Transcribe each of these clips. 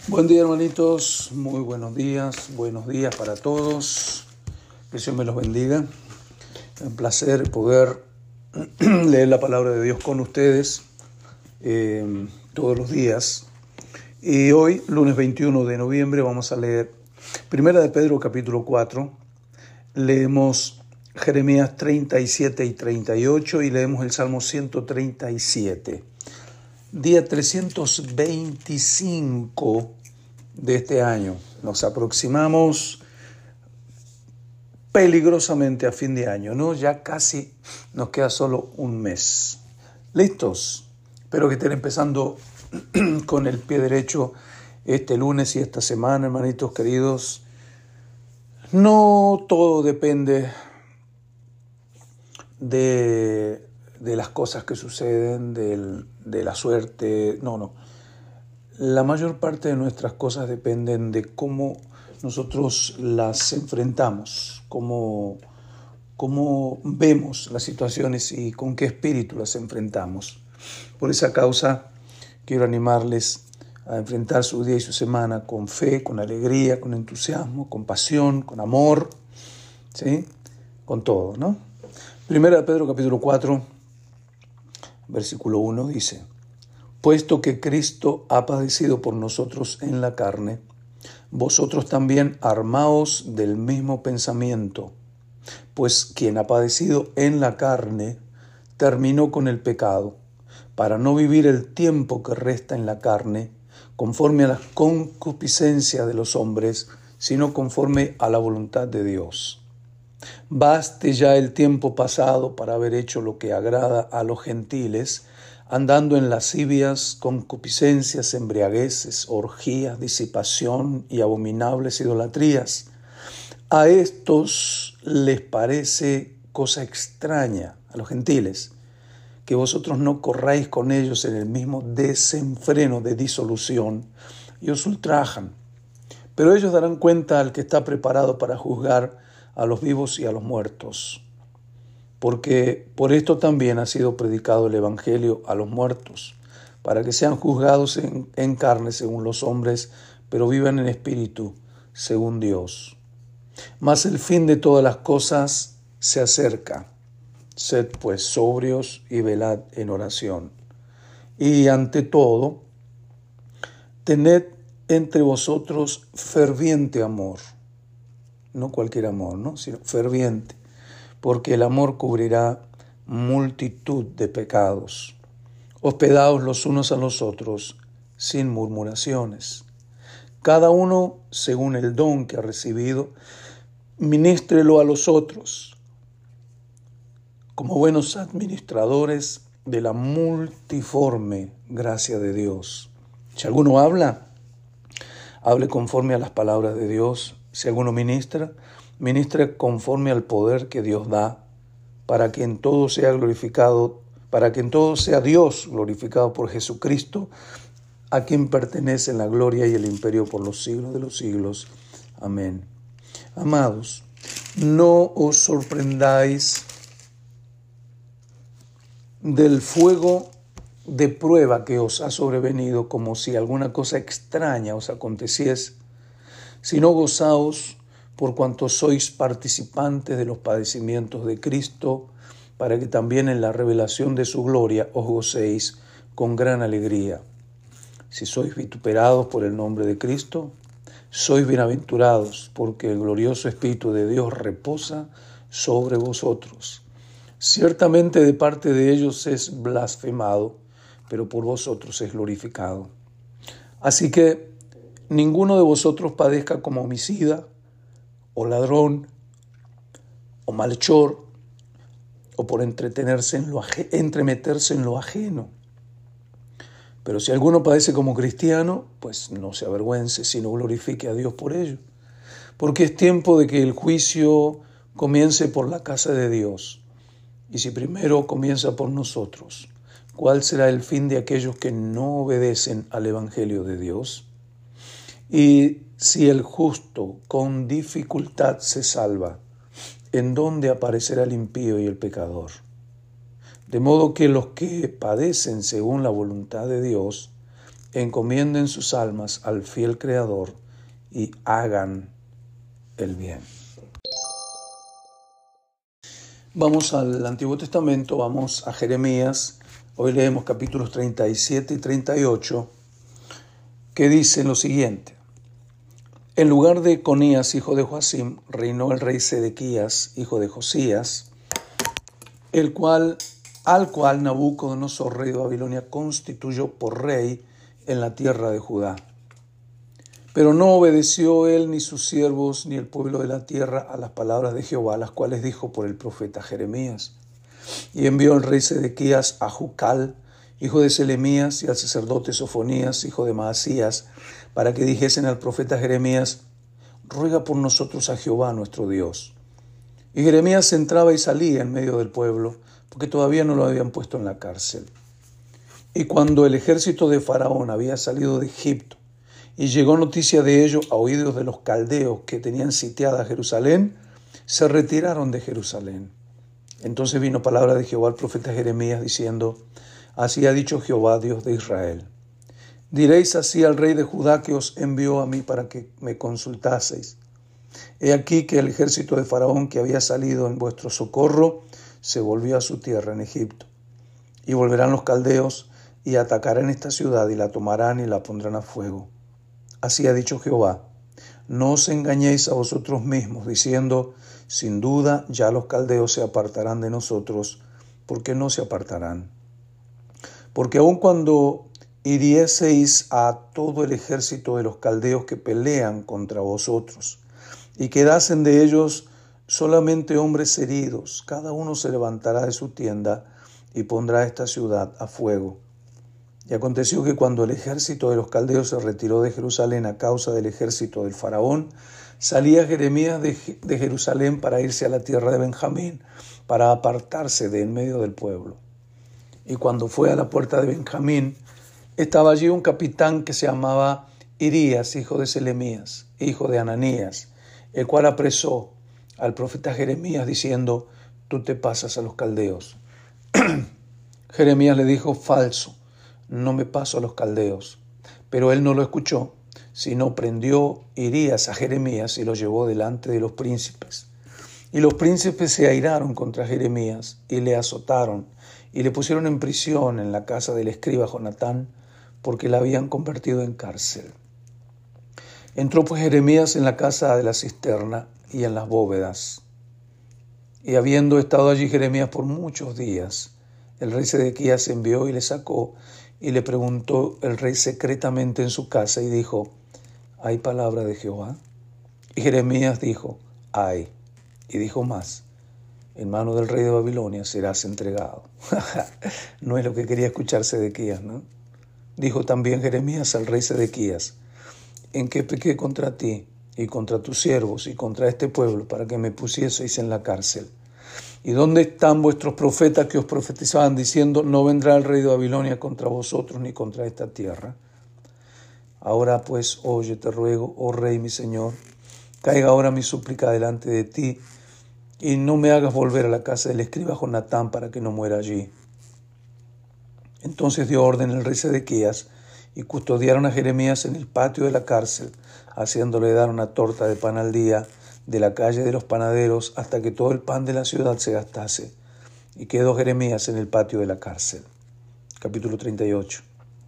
Buen día, hermanitos, muy buenos días para todos, que el Señor me los bendiga. Es un placer poder leer la palabra de Dios con ustedes todos los días. Y hoy, lunes 21 de noviembre, vamos a leer Primera de Pedro capítulo 4, leemos Jeremías 37 y 38 y leemos el Salmo 137. Día 325 de este año. Nos aproximamos peligrosamente a fin de año, ¿no? Ya casi nos queda solo un mes. ¿Listos? Espero que estén empezando con el pie derecho este lunes y esta semana, hermanitos queridos. No todo depende de las cosas que suceden, de la suerte. No. La mayor parte de nuestras cosas dependen de cómo nosotros las enfrentamos, cómo vemos las situaciones y con qué espíritu las enfrentamos. Por esa causa quiero animarles a enfrentar su día y su semana con fe, con alegría, con entusiasmo, con pasión, con amor, ¿sí? Con todo, ¿no? Primera de Pedro capítulo 4, versículo 1 dice: puesto que Cristo ha padecido por nosotros en la carne, vosotros también armaos del mismo pensamiento, pues quien ha padecido en la carne terminó con el pecado, para no vivir el tiempo que resta en la carne, conforme a la concupiscencia de los hombres, sino conforme a la voluntad de Dios. Baste ya el tiempo pasado para haber hecho lo que agrada a los gentiles, andando en lascivias, concupiscencias, embriagueces, orgías, disipación y abominables idolatrías. A estos les parece cosa extraña, a los gentiles, que vosotros no corráis con ellos en el mismo desenfreno de disolución y os ultrajan. Pero ellos darán cuenta al que está preparado para juzgar a los vivos y a los muertos. Porque por esto también ha sido predicado el Evangelio a los muertos, para que sean juzgados en carne según los hombres, pero vivan en espíritu según Dios. Mas el fin de todas las cosas se acerca. Sed pues sobrios y velad en oración. Y ante todo, tened entre vosotros ferviente amor. No cualquier amor, ¿no? Sino ferviente. Porque el amor cubrirá multitud de pecados. Hospedaos los unos a los otros sin murmuraciones. Cada uno, según el don que ha recibido, ministrelo a los otros, como buenos administradores de la multiforme gracia de Dios. Si alguno habla, hable conforme a las palabras de Dios. Si alguno ministra, ministre conforme al poder que Dios da, para que en todo sea Dios glorificado por Jesucristo, a quien pertenecen la gloria y el imperio por los siglos de los siglos. Amén. Amados, no os sorprendáis del fuego de prueba que os ha sobrevenido, como si alguna cosa extraña os aconteciese, sino gozaos por cuanto sois participantes de los padecimientos de Cristo, para que también en la revelación de su gloria os gocéis con gran alegría. Si sois vituperados por el nombre de Cristo, sois bienaventurados, porque el glorioso Espíritu de Dios reposa sobre vosotros. Ciertamente de parte de ellos es blasfemado, pero por vosotros es glorificado. Así que ninguno de vosotros padezca como homicida, o ladrón, o malhechor, o por entremeterse en lo ajeno. Pero si alguno padece como cristiano, pues no se avergüence, sino glorifique a Dios por ello. Porque es tiempo de que el juicio comience por la casa de Dios. Y si primero comienza por nosotros, ¿cuál será el fin de aquellos que no obedecen al Evangelio de Dios? Y si el justo con dificultad se salva, ¿en dónde aparecerá el impío y el pecador? De modo que los que padecen según la voluntad de Dios encomienden sus almas al fiel Creador y hagan el bien. Vamos al Antiguo Testamento, vamos a Jeremías. Hoy leemos capítulos 37 y 38, que dicen lo siguiente. En lugar de Conías, hijo de Joacim, reinó el rey Sedequías, hijo de Josías, al cual Nabucodonosor, rey de Babilonia, constituyó por rey en la tierra de Judá. Pero no obedeció él, ni sus siervos, ni el pueblo de la tierra a las palabras de Jehová, las cuales dijo por el profeta Jeremías. Y envió el rey Sedequías a Jucal, hijo de Selemías, y al sacerdote Sofonías, hijo de Maasías, para que dijesen al profeta Jeremías: ruega por nosotros a Jehová nuestro Dios. Y Jeremías entraba y salía en medio del pueblo, porque todavía no lo habían puesto en la cárcel. Y cuando el ejército de Faraón había salido de Egipto, y llegó noticia de ello a oídos de los caldeos que tenían sitiada Jerusalén, se retiraron de Jerusalén. Entonces vino palabra de Jehová al profeta Jeremías, diciendo: así ha dicho Jehová, Dios de Israel. Diréis así al rey de Judá, que os envió a mí para que me consultaseis: he aquí que el ejército de Faraón, que había salido en vuestro socorro, se volvió a su tierra en Egipto. Y volverán los caldeos y atacarán esta ciudad y la tomarán y la pondrán a fuego. Así ha dicho Jehová: no os engañéis a vosotros mismos, diciendo: sin duda ya los caldeos se apartarán de nosotros, porque no se apartarán. Porque aun cuando hirieseis a todo el ejército de los caldeos que pelean contra vosotros, y quedasen de ellos solamente hombres heridos, cada uno se levantará de su tienda y pondrá esta ciudad a fuego. Y aconteció que cuando el ejército de los caldeos se retiró de Jerusalén a causa del ejército del faraón, salía Jeremías de Jerusalén para irse a la tierra de Benjamín, para apartarse de en medio del pueblo. Y cuando fue a la puerta de Benjamín, estaba allí un capitán que se llamaba Irías, hijo de Selemías, hijo de Ananías, el cual apresó al profeta Jeremías diciendo: tú te pasas a los caldeos. Jeremías le dijo: falso, no me paso a los caldeos. Pero él no lo escuchó, sino prendió Irías a Jeremías y lo llevó delante de los príncipes. Y los príncipes se airaron contra Jeremías y le azotaron y le pusieron en prisión en la casa del escriba Jonatán, porque la habían convertido en cárcel. Entró pues Jeremías en la casa de la cisterna y en las bóvedas. Y habiendo estado allí Jeremías por muchos días, el rey Sedequías envió y le sacó, y le preguntó el rey secretamente en su casa, y dijo: ¿hay palabra de Jehová? Y Jeremías dijo: hay. Y dijo más: en mano del rey de Babilonia serás entregado. No es lo que quería escuchar Sedequías, ¿no? Dijo también Jeremías al rey Sedequías: ¿en qué pequé contra ti y contra tus siervos y contra este pueblo para que me pusieseis en la cárcel? ¿Y dónde están vuestros profetas que os profetizaban diciendo: no vendrá el rey de Babilonia contra vosotros ni contra esta tierra? Ahora pues, oye, te ruego, oh rey mi señor, caiga ahora mi súplica delante de ti, y no me hagas volver a la casa del escriba Jonatán para que no muera allí. Entonces dio orden el rey Sedequías, y custodiaron a Jeremías en el patio de la cárcel, haciéndole dar una torta de pan al día de la calle de los panaderos, hasta que todo el pan de la ciudad se gastase. Y quedó Jeremías en el patio de la cárcel. Capítulo 38.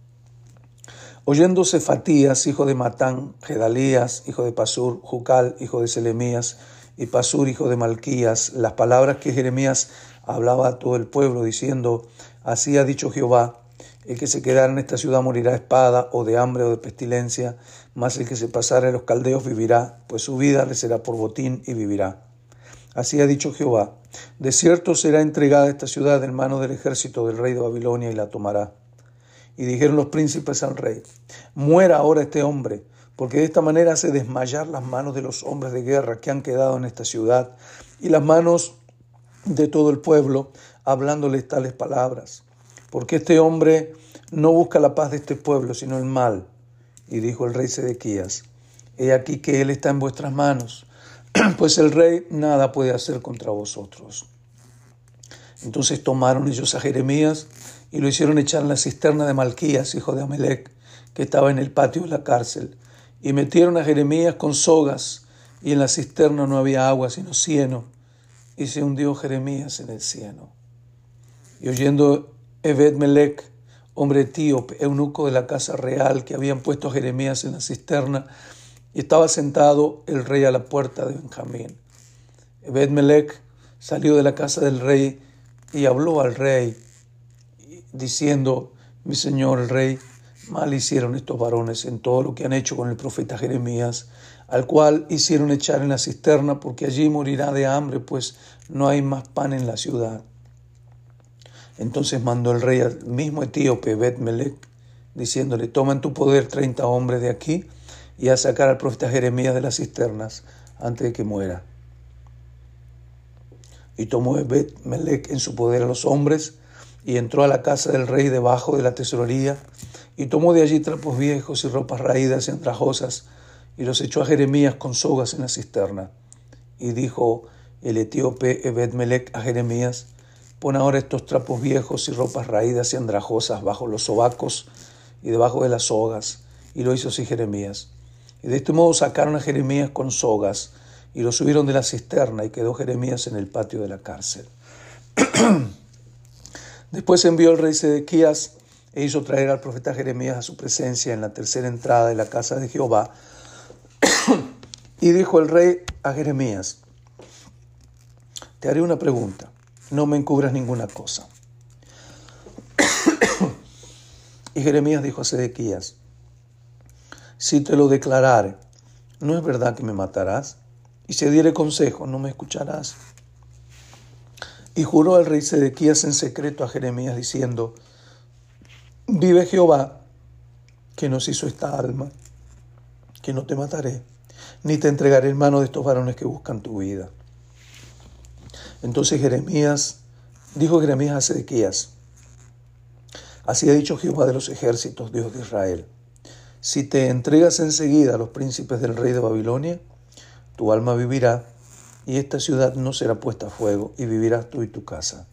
Oyendo Cefatías, hijo de Matán, Gedalías, hijo de Pasur, Jucal, hijo de Selemías, y Pasur, hijo de Malquías, las palabras que Jeremías hablaba a todo el pueblo, diciendo: así ha dicho Jehová: el que se quedara en esta ciudad morirá a espada, o de hambre, o de pestilencia, mas el que se pasara a los caldeos vivirá, pues su vida le será por botín y vivirá. Así ha dicho Jehová: de cierto será entregada esta ciudad en manos del ejército del rey de Babilonia, y la tomará. Y dijeron los príncipes al rey: muera ahora este hombre, porque de esta manera hace desmayar las manos de los hombres de guerra que han quedado en esta ciudad, y las manos de todo el pueblo, hablándoles tales palabras. Porque este hombre no busca la paz de este pueblo, sino el mal. Y dijo el rey Sedequías: he aquí que él está en vuestras manos, pues el rey nada puede hacer contra vosotros. Entonces tomaron ellos a Jeremías y lo hicieron echar en la cisterna de Malquías, hijo de Amelec, que estaba en el patio de la cárcel, y metieron a Jeremías con sogas, y en la cisterna no había agua sino cieno, y se hundió Jeremías en el cieno. Y oyendo Ebed-Melech, hombre etíope, eunuco de la casa real, que habían puesto a Jeremías en la cisterna, y estaba sentado el rey a la puerta de Benjamín. Ebed-Melech salió de la casa del rey y habló al rey, diciendo: mi señor el rey, mal hicieron estos varones en todo lo que han hecho con el profeta Jeremías, al cual hicieron echar en la cisterna, porque allí morirá de hambre, pues no hay más pan en la ciudad. Entonces mandó el rey al mismo etíope Ebed-Melech, diciéndole: toma en tu poder 30 hombres de aquí y a sacar al profeta Jeremías de las cisternas antes de que muera. Y tomó Ebed-Melech en su poder a los hombres y entró a la casa del rey debajo de la tesorería y tomó de allí trapos viejos y ropas raídas y andrajosas y los echó a Jeremías con sogas en la cisterna. Y dijo el etíope Ebed-Melech a Jeremías: pon ahora estos trapos viejos y ropas raídas y andrajosas bajo los sobacos y debajo de las sogas. Y lo hizo así Jeremías. Y de este modo sacaron a Jeremías con sogas y lo subieron de la cisterna, y quedó Jeremías en el patio de la cárcel. Después envió el rey Sedequías e hizo traer al profeta Jeremías a su presencia en la tercera entrada de la casa de Jehová. Y dijo el rey a Jeremías: te haré una pregunta, no me encubras ninguna cosa. Y Jeremías dijo a Sedequías: si te lo declarare, ¿no es verdad que me matarás? Y si diere consejo, ¿no me escucharás? Y juró el rey Sedequías en secreto a Jeremías, diciendo: vive Jehová, que nos hizo esta alma, que no te mataré, ni te entregaré en mano de estos varones que buscan tu vida. Entonces dijo Jeremías a Sedequías: así ha dicho Jehová de los ejércitos, Dios de Israel: si te entregas enseguida a los príncipes del rey de Babilonia, tu alma vivirá, y esta ciudad no será puesta a fuego, y vivirás tú y tu casa.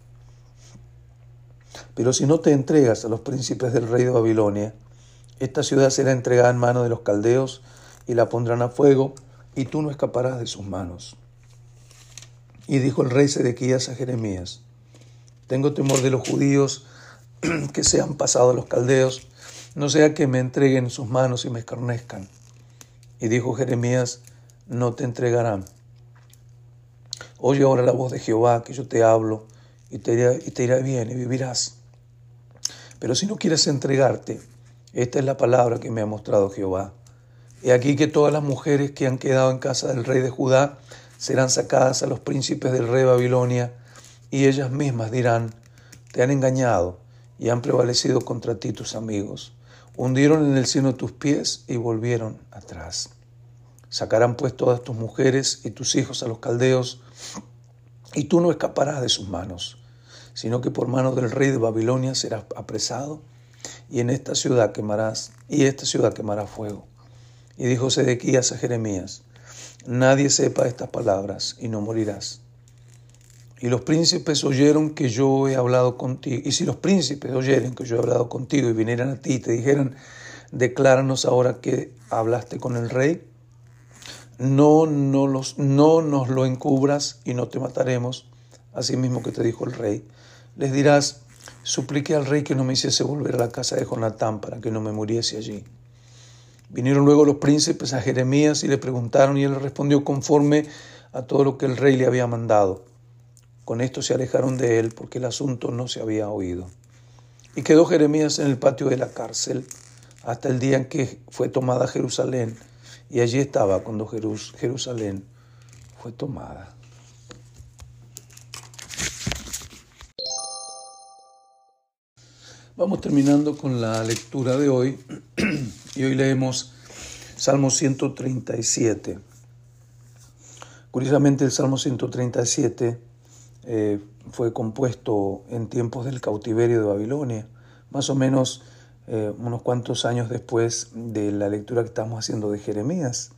Pero si no te entregas a los príncipes del rey de Babilonia, esta ciudad será entregada en manos de los caldeos, y la pondrán a fuego, y tú no escaparás de sus manos. Y dijo el rey Sedequías a Jeremías: tengo temor de los judíos que se han pasado a los caldeos, no sea que me entreguen en sus manos y me escarnezcan. Y dijo Jeremías: no te entregarán. Oye ahora la voz de Jehová, que yo te hablo, y te irá bien y vivirás. Pero si no quieres entregarte, esta es la palabra que me ha mostrado Jehová. He aquí que todas las mujeres que han quedado en casa del rey de Judá serán sacadas a los príncipes del rey de Babilonia, y ellas mismas dirán: te han engañado y han prevalecido contra ti tus amigos. Hundieron en el cieno tus pies y volvieron atrás. Sacarán pues todas tus mujeres y tus hijos a los caldeos, y tú no escaparás de sus manos, sino que por mano del rey de Babilonia serás apresado, y esta ciudad quemará fuego. Y dijo Sedequías a Jeremías: nadie sepa estas palabras, y no morirás. Y los príncipes oyeron que yo he hablado contigo. Y si los príncipes oyeren que yo he hablado contigo y vinieran a ti y te dijeran: decláranos ahora que hablaste con el rey, no nos lo encubras y no te mataremos, así mismo que te dijo el rey. Les dirás: supliqué al rey que no me hiciese volver a la casa de Jonatán para que no me muriese allí. Vinieron luego los príncipes a Jeremías y le preguntaron, y él respondió conforme a todo lo que el rey le había mandado. Con esto se alejaron de él, porque el asunto no se había oído. Y quedó Jeremías en el patio de la cárcel hasta el día en que fue tomada Jerusalén, y allí estaba cuando Jerusalén fue tomada. Vamos terminando con la lectura de hoy, y hoy leemos Salmo 137. Curiosamente, el Salmo 137 fue compuesto en tiempos del cautiverio de Babilonia, más o menos unos cuantos años después de la lectura que estamos haciendo de Jeremías.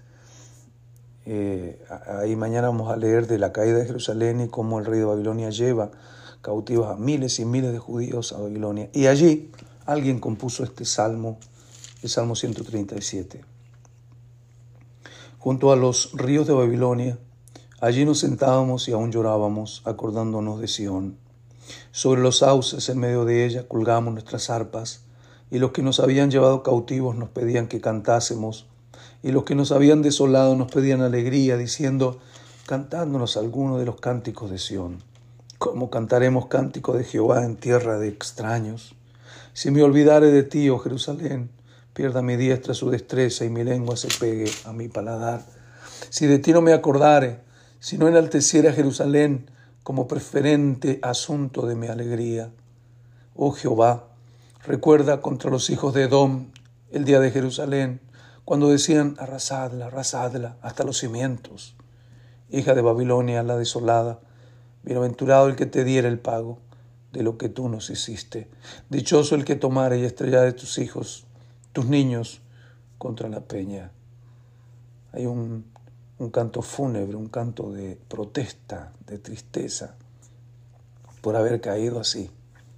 Ahí mañana vamos a leer de la caída de Jerusalén y cómo el rey de Babilonia lleva cautivos a miles y miles de judíos a Babilonia. Y allí alguien compuso este salmo el Salmo 137. Junto a los ríos de Babilonia, allí nos sentábamos y aún llorábamos, acordándonos de Sión. Sobre los sauces en medio de ella colgamos nuestras arpas, y los que nos habían llevado cautivos nos pedían que cantásemos, y los que nos habían desolado nos pedían alegría, diciendo: cantándonos alguno de los cánticos de Sión. ¿Cómo cantaremos cántico de Jehová en tierra de extraños? Si me olvidare de ti, oh Jerusalén, pierda mi diestra su destreza y mi lengua se pegue a mi paladar. Si de ti no me acordare, si no enalteciera Jerusalén como preferente asunto de mi alegría. Oh Jehová, recuerda contra los hijos de Edom el día de Jerusalén, cuando decían: arrasadla, arrasadla hasta los cimientos. Hija de Babilonia, la desolada, bienaventurado el que te diera el pago de lo que tú nos hiciste. Dichoso el que tomare y estrellare tus hijos, tus niños, contra la peña. Hay un canto fúnebre, un canto de protesta, de tristeza, por haber caído así.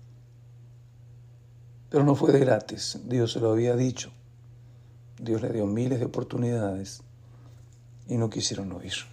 Pero no fue de gratis, Dios se lo había dicho. Dios le dio miles de oportunidades y no quisieron oír.